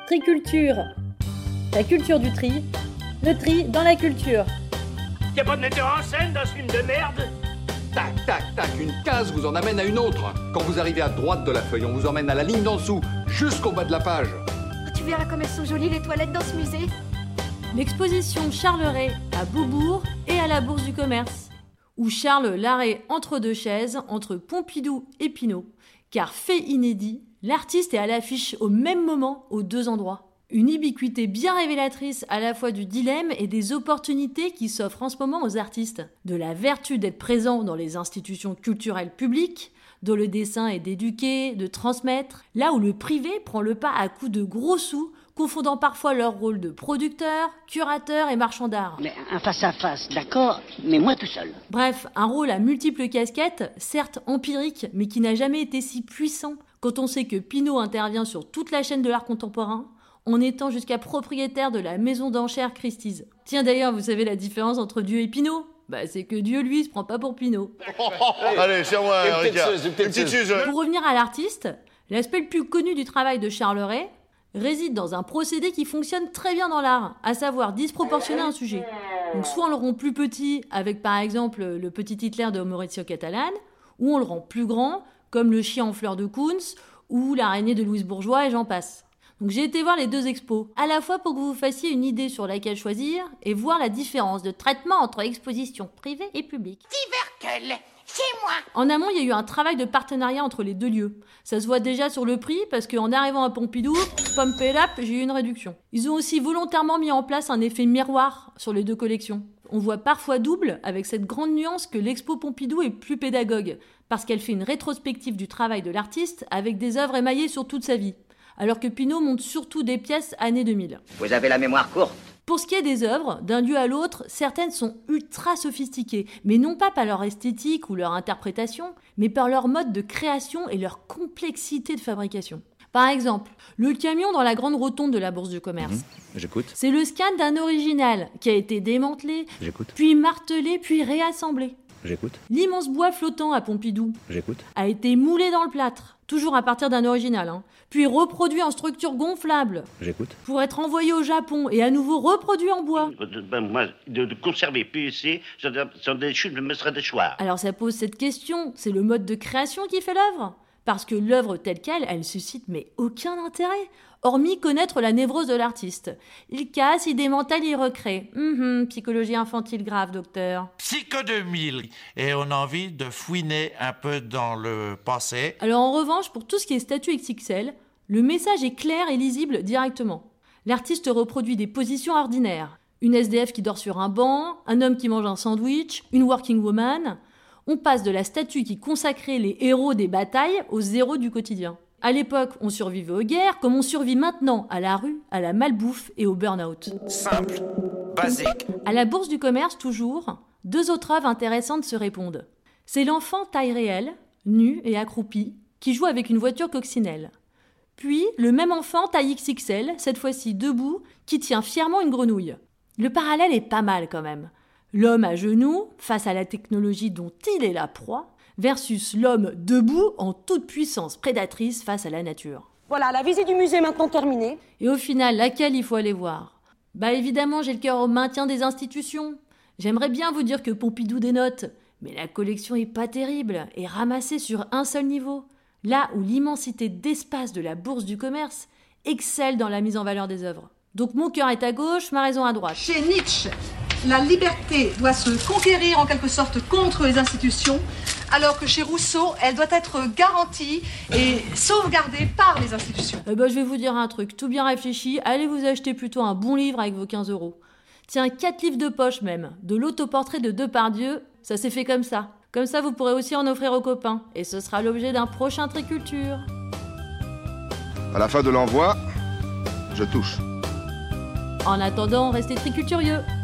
Triculture. La culture du tri. Le tri dans la culture. Y'a pas de metteur en scène dans ce film de merde? Tac, tac, tac, une case vous en amène à une autre. Quand vous arrivez à droite de la feuille, on vous emmène à la ligne d'en dessous, jusqu'au bas de la page. Tu verras comme elles sont jolies les toilettes dans ce musée. L'exposition Charles Ray à Beaubourg et à la Bourse du Commerce, où Charles l'arrêt entre deux chaises, entre Pompidou et Pinault, car fait inédit, l'artiste est à l'affiche au même moment aux deux endroits. Une ubiquité bien révélatrice à la fois du dilemme et des opportunités qui s'offrent en ce moment aux artistes. De la vertu d'être présent dans les institutions culturelles publiques, dont le dessin est d'éduquer, de transmettre, là où le privé prend le pas à coups de gros sous, confondant parfois leur rôle de producteur, curateur et marchand d'art. Mais un face-à-face, d'accord, mais moi tout seul. Bref, un rôle à multiples casquettes, certes empirique, mais qui n'a jamais été si puissant quand on sait que Pinault intervient sur toute la chaîne de l'art contemporain, en étant jusqu'à propriétaire de la maison d'enchères Christie's. Tiens d'ailleurs, vous savez la différence entre Dieu et Pinault ? Bah c'est que Dieu, lui, se prend pas pour Pinault. Allez, c'est moi, Ricard. Une petite suze. Pour revenir à l'artiste, l'aspect le plus connu du travail de Charles Ray réside dans un procédé qui fonctionne très bien dans l'art, à savoir disproportionner un sujet. Donc soit on le rend plus petit, avec par exemple le petit Hitler de Maurizio Cattelan, ou on le rend plus grand, comme le chien en fleurs de Kunz, ou l'araignée de Louise Bourgeois, et j'en passe. Donc j'ai été voir les deux expos, à la fois pour que vous fassiez une idée sur laquelle choisir, et voir la différence de traitement entre exposition privée et publique. Diverkel, c'est moi. En amont, il y a eu un travail de partenariat entre les deux lieux. Ça se voit déjà sur le prix, parce qu'en arrivant à Pompidou, pump it up, j'ai eu une réduction. Ils ont aussi volontairement mis en place un effet miroir sur les deux collections. On voit parfois double, avec cette grande nuance que l'expo Pompidou est plus pédagogue, parce qu'elle fait une rétrospective du travail de l'artiste avec des œuvres émaillées sur toute sa vie. Alors que Pinault montre surtout des pièces années 2000. Vous avez la mémoire courte. Pour ce qui est des œuvres, d'un lieu à l'autre, certaines sont ultra sophistiquées, mais non pas par leur esthétique ou leur interprétation, mais par leur mode de création et leur complexité de fabrication. Par exemple, le camion dans la grande rotonde de la Bourse du Commerce. J'écoute. C'est le scan d'un original qui a été démantelé, J'écoute. puis martelé, puis réassemblé. J'écoute. L'immense bois flottant à Pompidou J'écoute. a été moulé dans le plâtre, toujours à partir d'un original, puis reproduit en structure gonflable J'écoute. pour être envoyé au Japon et à nouveau reproduit en bois. Moi, de conserver PEC, me serait des choix. Alors ça pose cette question, c'est le mode de création qui fait l'œuvre ? Parce que l'œuvre telle qu'elle, elle suscite mais aucun intérêt, hormis connaître la névrose de l'artiste. Il casse, il démantèle, il recrée. Psychologie infantile grave, docteur. Psycho 2000. Et on a envie de fouiner un peu dans le passé. Alors en revanche, pour tout ce qui est statut XXL, le message est clair et lisible directement. L'artiste reproduit des positions ordinaires. Une SDF qui dort sur un banc, un homme qui mange un sandwich, une working woman. On passe de la statue qui consacrait les héros des batailles aux héros du quotidien. À l'époque, on survivait aux guerres, comme on survit maintenant à la rue, à la malbouffe et au burn-out. Simple, basique. À la Bourse du Commerce, toujours, deux autres œuvres intéressantes se répondent. C'est l'enfant taille réelle, nu et accroupi, qui joue avec une voiture coccinelle. Puis, le même enfant taille XXL, cette fois-ci debout, qui tient fièrement une grenouille. Le parallèle est pas mal quand même. L'homme à genoux, face à la technologie dont il est la proie, versus l'homme debout en toute puissance prédatrice face à la nature. Voilà, la visite du musée est maintenant terminée. Et au final, laquelle il faut aller voir ? Bah évidemment, j'ai le cœur au maintien des institutions. J'aimerais bien vous dire que Pompidou dénote, mais la collection est pas terrible et ramassée sur un seul niveau. Là où l'immensité d'espace de la Bourse du Commerce excelle dans la mise en valeur des œuvres. Donc mon cœur est à gauche, ma raison à droite. Chez Nietzsche, la liberté doit se conquérir en quelque sorte contre les institutions, alors que chez Rousseau, elle doit être garantie et sauvegardée par les institutions. Je vais vous dire un truc, tout bien réfléchi, allez vous acheter plutôt un bon livre avec vos 15 €. Tiens, 4 livres de poche même, de l'autoportrait de Depardieu, ça s'est fait comme ça. Comme ça, vous pourrez aussi en offrir aux copains, et ce sera l'objet d'un prochain Triculture. À la fin de l'envoi, je touche. En attendant, restez triculturieux.